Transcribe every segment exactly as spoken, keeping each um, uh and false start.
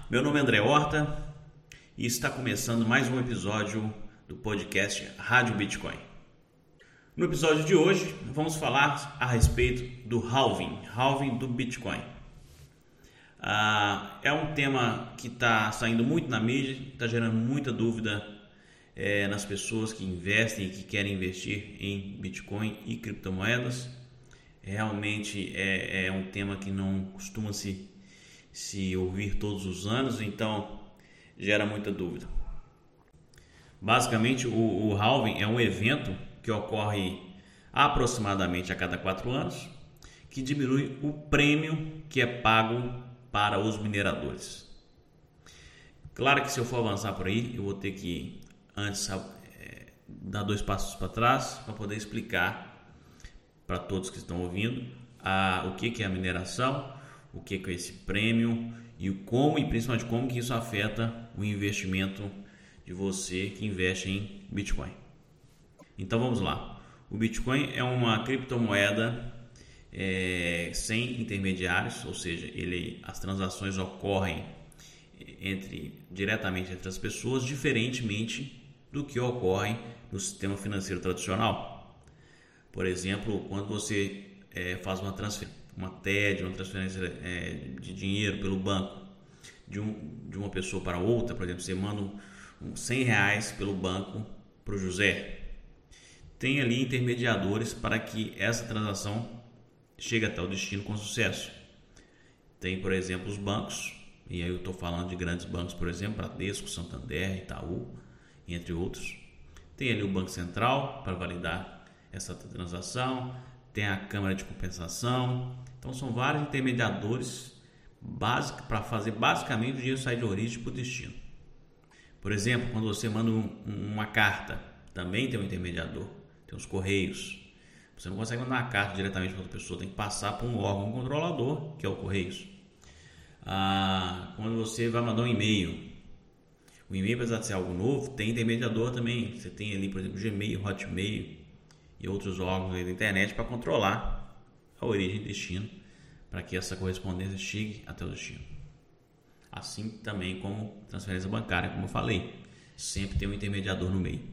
Meu nome é André Horta e está começando mais um episódio do podcast Rádio Bitcoin. No episódio de hoje vamos falar a respeito do halving, halving do Bitcoin. Ah, é um tema que está saindo muito na mídia, está gerando muita dúvida é, nas pessoas que investem e que querem investir em Bitcoin e criptomoedas. Realmente é, é um tema que não costuma se se ouvir todos os anos, então gera muita dúvida. Basicamente, o, o halving é um evento que ocorre aproximadamente a cada quatro anos, que diminui o prêmio que é pago para os mineradores. Claro que se eu for avançar por aí, eu vou ter que antes é, dar dois passos para trás para poder explicar para todos que estão ouvindo a, o que, que é a mineração, o que é esse prêmio e o como e principalmente como que isso afeta o investimento de você que investe em Bitcoin. Então vamos lá. O Bitcoin é uma criptomoeda é, sem intermediários, ou seja, ele, as transações ocorrem entre, diretamente entre as pessoas, diferentemente do que ocorre no sistema financeiro tradicional. Por exemplo, quando você é, faz uma transferência, uma T E D, uma transferência é, de dinheiro pelo banco de, um, de uma pessoa para outra, por exemplo, você manda um, um cem reais pelo banco para o José. Tem ali intermediadores para que essa transação chegue até o destino com sucesso. Tem, por exemplo, os bancos, e aí eu estou falando de grandes bancos, por exemplo, Bradesco, Santander, Itaú, entre outros. Tem ali o Banco Central para validar essa transação, tem a Câmara de Compensação. Então são vários intermediadores para fazer basicamente o dinheiro sair de origem para o destino. Por exemplo, quando você manda um, uma carta, também tem um intermediador, tem os correios. Você não consegue mandar uma carta diretamente para outra pessoa, tem que passar por um órgão controlador, que é o Correios. Ah, quando você vai mandar um e-mail, o e-mail, apesar de ser algo novo, tem intermediador também. Você tem ali, por exemplo, Gmail, Hotmail e outros órgãos da internet para controlar a origem e destino, para que essa correspondência chegue até o destino. Assim também como transferência bancária, como eu falei, sempre tem um intermediador no meio.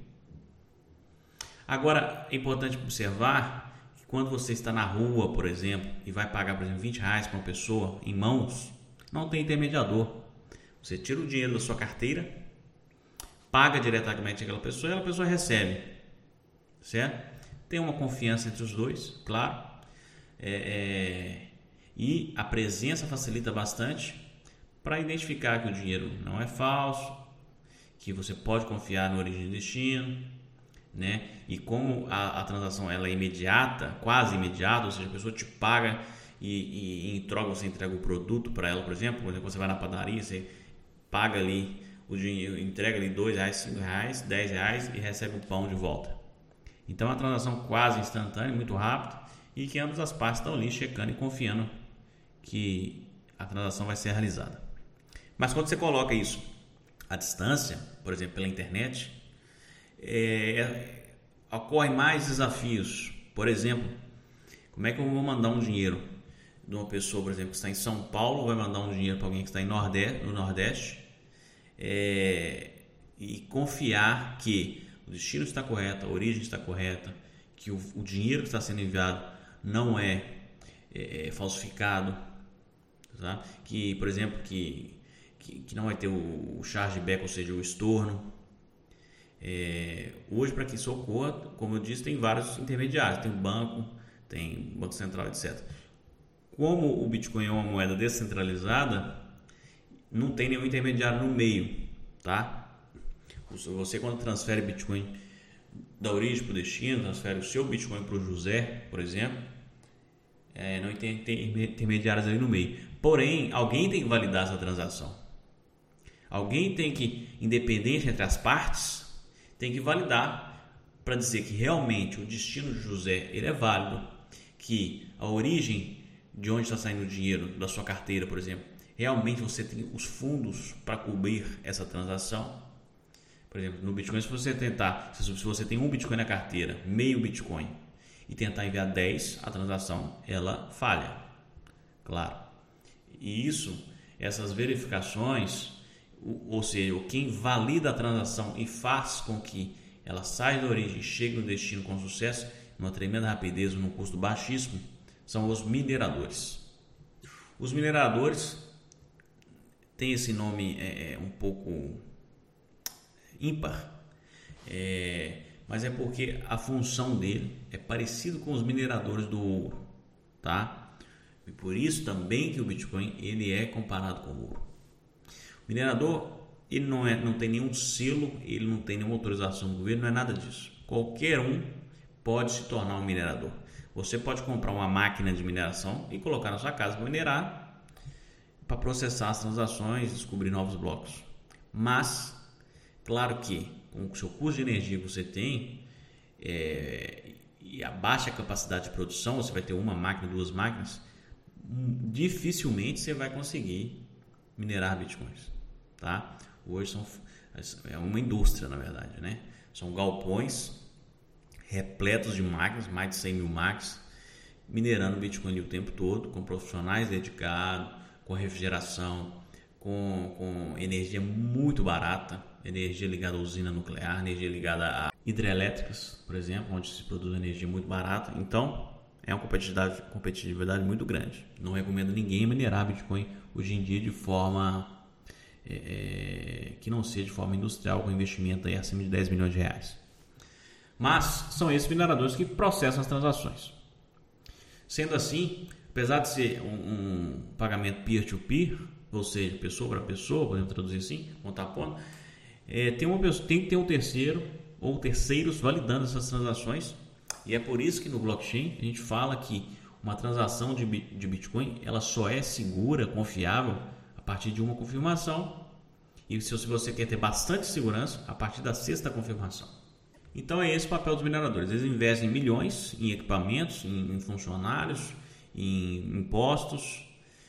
Agora, é importante observar que quando você está na rua, por exemplo, e vai pagar, por exemplo, vinte reais para uma pessoa em mãos, não tem intermediador. Você tira o dinheiro da sua carteira, paga diretamente aquela pessoa e aquela pessoa recebe, certo? Tem uma confiança entre os dois, claro. É, é, e a presença facilita bastante para identificar que o dinheiro não é falso, que você pode confiar no origem e destino, né? E como a, a transação ela é imediata, quase imediata, ou seja, a pessoa te paga e, e, e em troca você entrega o produto para ela, por exemplo, por exemplo, você vai na padaria, você paga ali o dinheiro, entrega ali dois reais, cinco reais, dez reais e recebe o pão de volta. Então é uma transação quase instantânea, muito rápida, e que ambas as partes estão ali checando e confiando que a transação vai ser realizada. Mas quando você coloca isso à distância, por exemplo, pela internet, é, é, ocorrem mais desafios. Por exemplo, como é que eu vou mandar um dinheiro de uma pessoa, por exemplo, que está em São Paulo, vai mandar um dinheiro para alguém que está em Nordeste, no Nordeste, é, e confiar que o destino está correto, a origem está correta, que o, o dinheiro que está sendo enviado não é, é, é falsificado, tá? Que, por exemplo, que, que, que não vai ter o, o chargeback, ou seja, o estorno. É, hoje, para que isso ocorra, como eu disse, tem vários intermediários, tem o banco, tem o Banco Central, etcétera. Como o Bitcoin é uma moeda descentralizada, não tem nenhum intermediário no meio, tá? Você, quando transfere Bitcoin da origem para o destino, transfere o seu Bitcoin para o José, por exemplo, é, não tem, tem intermediários ali no meio. Porém, alguém tem que validar essa transação. Alguém tem que, independente entre as partes, tem que validar para dizer que realmente o destino de José ele é válido, que a origem de onde está saindo o dinheiro da sua carteira, por exemplo, realmente você tem os fundos para cobrir essa transação. Por exemplo, no Bitcoin, se você tentar, se você tem um Bitcoin na carteira, meio Bitcoin, e tentar enviar dez, a transação ela falha, claro. E isso essas verificações, ou seja, quem valida a transação e faz com que ela saia da origem e chegue no destino com sucesso, numa tremenda rapidez, num custo baixíssimo, são os mineradores. Os mineradores têm esse nome é, um pouco ímpar, é, mas é porque a função dele é parecido com os mineradores do ouro, tá? E por isso também que o Bitcoin ele é comparado com o ouro. O minerador ele não, é, não tem nenhum selo, ele não tem nenhuma autorização do governo, não é nada disso. Qualquer um pode se tornar um minerador. Você pode comprar uma máquina de mineração e colocar na sua casa para minerar, para processar as transações, descobrir novos blocos. Mas, claro que com o seu custo de energia que você tem é, e a baixa capacidade de produção, você vai ter uma máquina, duas máquinas, dificilmente você vai conseguir minerar bitcoins, tá? Hoje são, é uma indústria, na verdade, né? São galpões repletos de máquinas, mais de cem mil máquinas, minerando Bitcoin o tempo todo, com profissionais dedicados, com refrigeração, com, com energia muito barata, energia ligada à usina nuclear, energia ligada a hidrelétricas, por exemplo, onde se produz energia muito barata. Então, é uma competitividade, competitividade muito grande. Não recomendo ninguém minerar Bitcoin hoje em dia de forma é, é, que não seja de forma industrial, com investimento aí acima de dez milhões de reais. Mas são esses mineradores que processam as transações. Sendo assim, apesar de ser um, um pagamento peer-to-peer, ou seja, pessoa para pessoa, podemos traduzir assim, contrapondo, é, tem, uma pessoa, tem que ter um terceiro ou terceiros validando essas transações. E é por isso que no blockchain a gente fala que uma transação de, de Bitcoin ela só é segura, confiável a partir de uma confirmação. E se você quer ter bastante segurança, a partir da sexta confirmação. Então é esse o papel dos mineradores. Eles investem milhões em equipamentos, em, em funcionários, em impostos,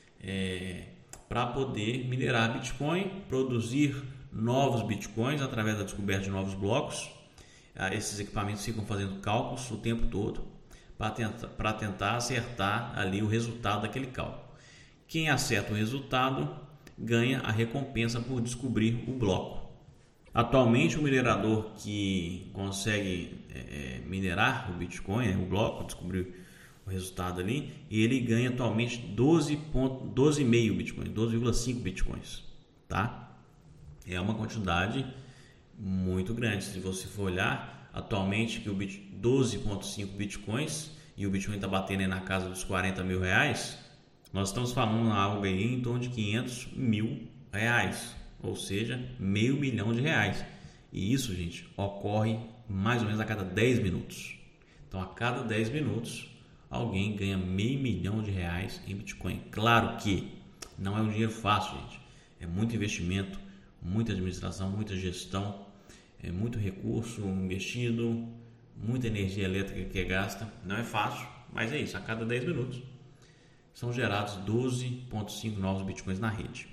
é, para poder minerar Bitcoin, produzir novos Bitcoins através da descoberta de novos blocos. Ah, esses equipamentos ficam fazendo cálculos o tempo todo para tentar, para tentar acertar ali o resultado daquele cálculo. Quem acerta o resultado ganha a recompensa por descobrir o bloco. Atualmente, o minerador que consegue é, minerar o Bitcoin, o bloco, descobrir o resultado ali, ele ganha atualmente doze vírgula cinco Bitcoins, doze vírgula cinco Bitcoins, tá? É uma quantidade muito grande. Se você for olhar, atualmente que o doze vírgula cinco Bitcoins e o Bitcoin está batendo aí na casa dos quarenta mil reais, nós estamos falando algo aí em torno de quinhentos mil reais. Ou seja, meio milhão de reais. E isso, gente, ocorre mais ou menos a cada dez minutos. Então, a cada dez minutos, alguém ganha meio milhão de reais em Bitcoin. Claro que não é um dinheiro fácil, gente. É muito investimento, muita administração, muita gestão, é muito recurso investido, muita energia elétrica que é gasta. Não é fácil, mas é isso. A cada dez minutos são gerados doze vírgula cinco novos Bitcoins na rede.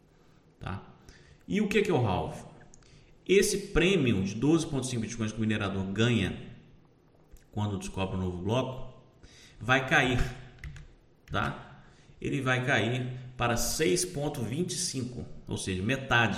Tá? E o que é o halving? Esse prêmio de doze vírgula cinco Bitcoins que o minerador ganha quando descobre um novo bloco vai cair, tá? Ele vai cair para seis vírgula vinte e cinco, ou seja, metade.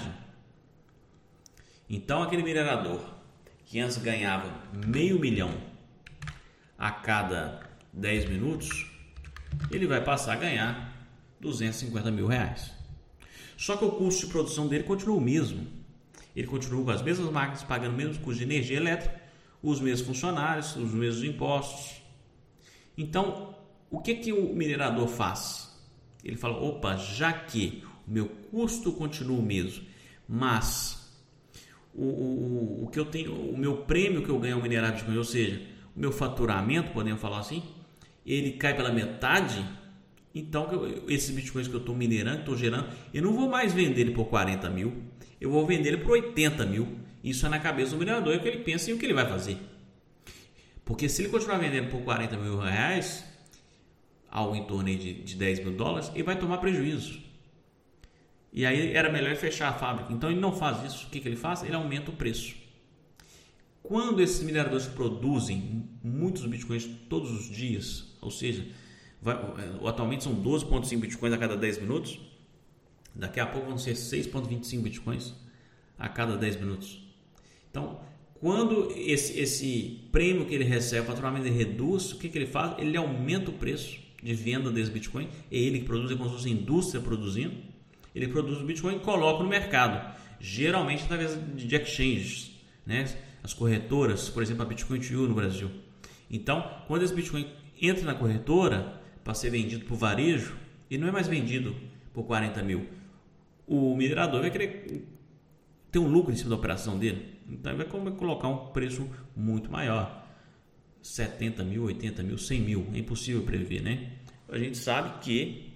Então aquele minerador que antes ganhava meio milhão a cada dez minutos, ele vai passar a ganhar duzentos e cinquenta mil reais. Só que o custo de produção dele continua o mesmo. Ele continua com as mesmas máquinas, pagando o mesmo custo de energia elétrica, os mesmos funcionários, os mesmos impostos. Então, o que, que o minerador faz? Ele fala, opa, já que o meu custo continua o mesmo, mas o, o, o, que eu tenho, o meu prêmio que eu ganho ao minerar Bitcoin, ou seja, o meu faturamento, podemos falar assim, ele cai pela metade. Então, esses bitcoins que eu estou minerando, estou gerando, eu não vou mais vender ele por quarenta mil, eu vou vender ele por oitenta mil. Isso é na cabeça do minerador, é o que ele pensa e o que ele vai fazer. Porque se ele continuar vendendo por quarenta mil reais, algo em torno de, de dez mil dólares, ele vai tomar prejuízo. E aí era melhor ele fechar a fábrica. Então ele não faz isso. O que, que ele faz? Ele aumenta o preço. Quando esses mineradores produzem muitos bitcoins todos os dias, ou seja, vai, atualmente são doze vírgula cinco bitcoins a cada dez minutos, Daqui a pouco vão ser seis vírgula vinte e cinco bitcoins a cada dez minutos. Então, quando esse, esse prêmio que ele recebe, o faturamento ele reduz, o que, que ele faz? Ele aumenta o preço de venda desse Bitcoin. É ele que produz, é como se fosse a indústria produzindo. Ele produz o Bitcoin e coloca no mercado, geralmente através de exchanges, né? As corretoras, por exemplo, a Bitcoin to You no Brasil. Então, quando esse Bitcoin entra na corretora para ser vendido por varejo, ele não é mais vendido por quarenta mil. O minerador vai querer ter um lucro em cima da operação dele. Então ele vai colocar um preço muito maior, setenta mil, oitenta mil, cem mil, é impossível prever, né? A gente sabe que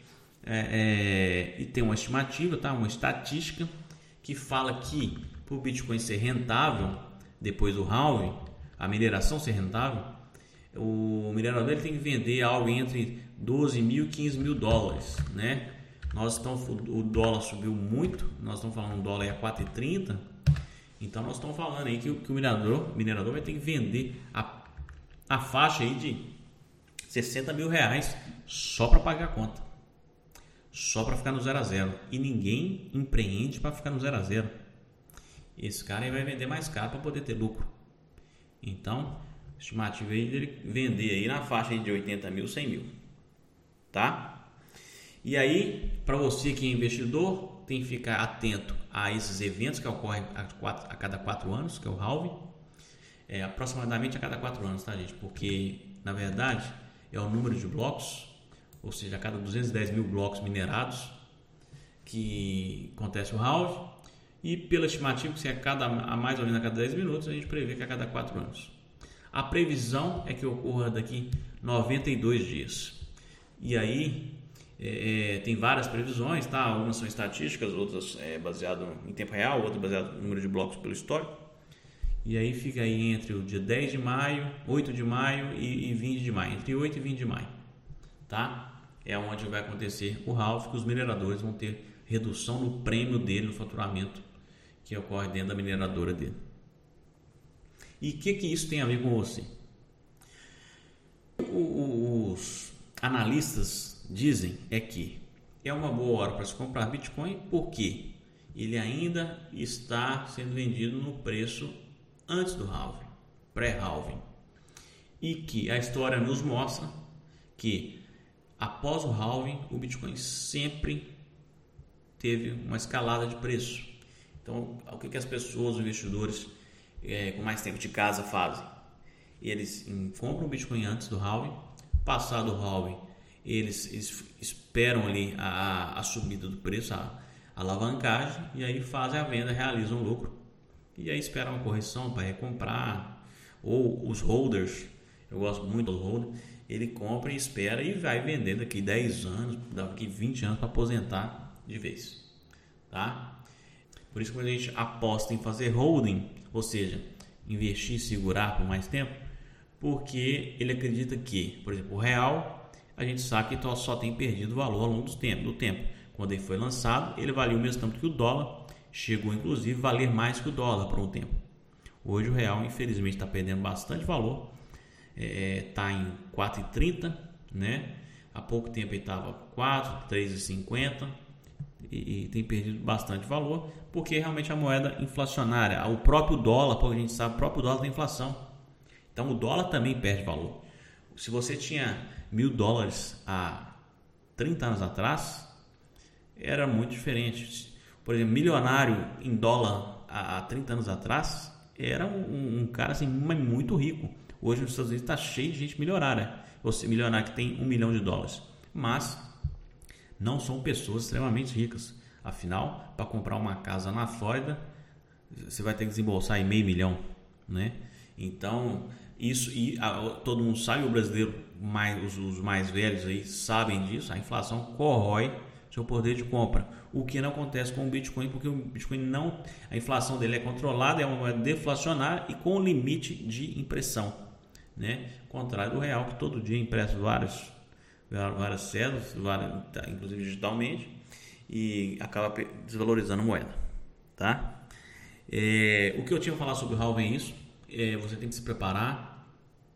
é, é, e tem uma estimativa, tá? Uma estatística que fala que para o Bitcoin ser rentável depois do halving, a mineração ser rentável, o minerador ele tem que vender algo entre doze mil e quinze mil dólares, né? Nós estamos, o dólar subiu muito, nós estamos falando um dólar a quatro reais e trinta centavos. Então nós estamos falando aí que, que o minerador, minerador vai ter que vender a, a faixa aí de sessenta mil reais só para pagar a conta, só para ficar no zero a zero. E ninguém empreende para ficar no zero a zero. Esse cara aí vai vender mais caro para poder ter lucro. Então, a estimativa aí dele vender aí na faixa aí de oitenta mil, cem mil, tá? E aí, para você que é investidor, tem que ficar atento a esses eventos que ocorrem a, quatro, a cada quatro anos, que é o halving, é, aproximadamente a cada quatro anos, tá, gente? Porque, na verdade, é o número de blocos, ou seja, a cada duzentos e dez mil blocos minerados que acontece o halving, e pela estimativa que se a, cada, a mais ou menos a cada dez minutos, a gente prevê que a cada quatro anos. A previsão é que ocorra daqui noventa e dois dias. E aí... É, tem várias previsões, tá? Algumas são estatísticas, outras é baseado em tempo real, outras baseado no número de blocos pelo histórico. E aí fica aí entre o dia dez de maio, oito de maio e, e vinte de maio, entre oito e vinte de maio, tá? É onde vai acontecer o halving, que os mineradores vão ter redução no prêmio dele, no faturamento que ocorre dentro da mineradora dele. E o que que isso tem a ver com você? O, os analistas dizem é que é uma boa hora para se comprar Bitcoin porque ele ainda está sendo vendido no preço antes do halving, pré-halving, e que a história nos mostra que após o halving o Bitcoin sempre teve uma escalada de preço. Então, o que, que as pessoas, os investidores é, com mais tempo de casa fazem? Eles compram o Bitcoin antes do halving, passado o halving Eles, eles esperam ali a, a subida do preço, a, a alavancagem, e aí fazem a venda, realizam o lucro. E aí esperam uma correção para recomprar. Ou os holders, eu gosto muito dos holders, ele compra e espera e vai vender daqui dez anos, daqui vinte anos para aposentar de vez. Tá? Por isso que a gente aposta em fazer holding, ou seja, investir e segurar por mais tempo, porque ele acredita que, por exemplo, o real... a gente sabe que só tem perdido valor ao longo do tempo, do tempo. Quando ele foi lançado, ele valia o mesmo tanto que o dólar, chegou inclusive a valer mais que o dólar por um tempo. Hoje o real, infelizmente, está perdendo bastante valor, está é, em quatro reais e trinta centavos, né? Há pouco tempo ele estava quatro, três reais e cinquenta centavos e, e tem perdido bastante valor, porque realmente a moeda inflacionária, o próprio dólar, porque a gente sabe, o próprio dólar tem inflação. Então o dólar também perde valor. Se você tinha mil dólares há trinta anos atrás, era muito diferente. Por exemplo, milionário em dólar há trinta anos atrás era um, um cara assim, muito rico. Hoje nos Estados Unidos está cheio de gente milionária, ou seja, milionário que tem um milhão de dólares. Mas não são pessoas extremamente ricas. Afinal, para comprar uma casa na Flórida, você vai ter que desembolsar aí meio milhão, né? Então... Isso, e a, todo mundo sabe, o brasileiro, mais, os, os mais velhos aí sabem disso, a inflação corrói seu poder de compra, o que não acontece com o Bitcoin, porque o Bitcoin não, a inflação dele é controlada, é uma moeda deflacionária e com limite de impressão, né? Ao contrário do real, que todo dia empresta vários, várias cédulas, várias, inclusive digitalmente, e acaba desvalorizando a moeda, tá? É, o que eu tinha a falar sobre o halving é isso. É, você tem que se preparar,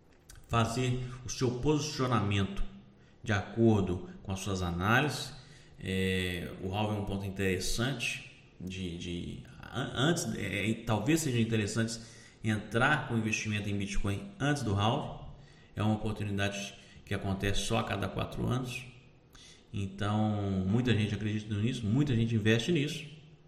fazer o seu posicionamento de acordo com as suas análises, É, o halving é um ponto interessante de, de antes, é, talvez seja interessante entrar com investimento em Bitcoin antes do halving. É uma oportunidade que acontece só a cada quatro anos. Então, muita gente acredita nisso, muita gente investe nisso.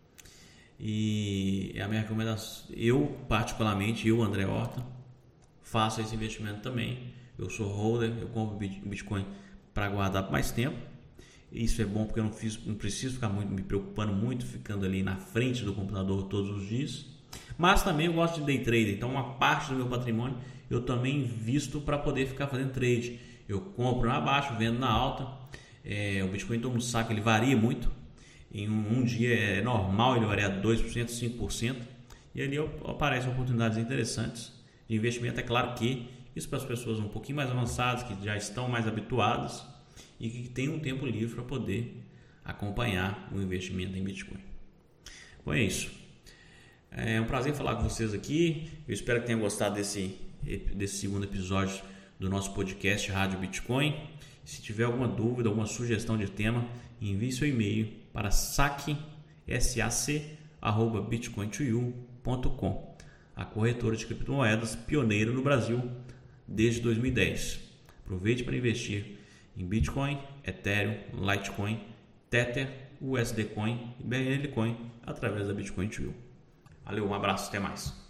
E a minha recomendação, eu particularmente, eu, André Horta, faço esse investimento também. Eu sou holder, eu compro Bitcoin para guardar por mais tempo. Isso é bom porque eu não, fiz, não preciso ficar muito, me preocupando muito, ficando ali na frente do computador todos os dias. Mas também eu gosto de day trade, então uma parte do meu patrimônio eu também invisto para poder ficar fazendo trade. Eu compro na baixa, vendo na alta. É, o Bitcoin, todo mundo sabe que ele varia muito. Em um, um dia é normal ele variar dois por cento, cinco por cento. E ali aparecem oportunidades interessantes de investimento. É claro que isso para as pessoas um pouquinho mais avançadas, que já estão mais habituadas e que têm um tempo livre para poder acompanhar o investimento em Bitcoin. Bom, é isso. É um prazer falar com vocês aqui. Eu espero que tenham gostado desse, desse segundo episódio do nosso podcast Rádio Bitcoin. Se tiver alguma dúvida, alguma sugestão de tema, envie seu e-mail para sac arroba bitcoin to you ponto com, a corretora de criptomoedas pioneira no Brasil desde dois mil e dez. Aproveite para investir em Bitcoin, Ethereum, Litecoin, Tether, U S D Coin e B R L Coin através da Bitcoin to You. Valeu, um abraço, até mais.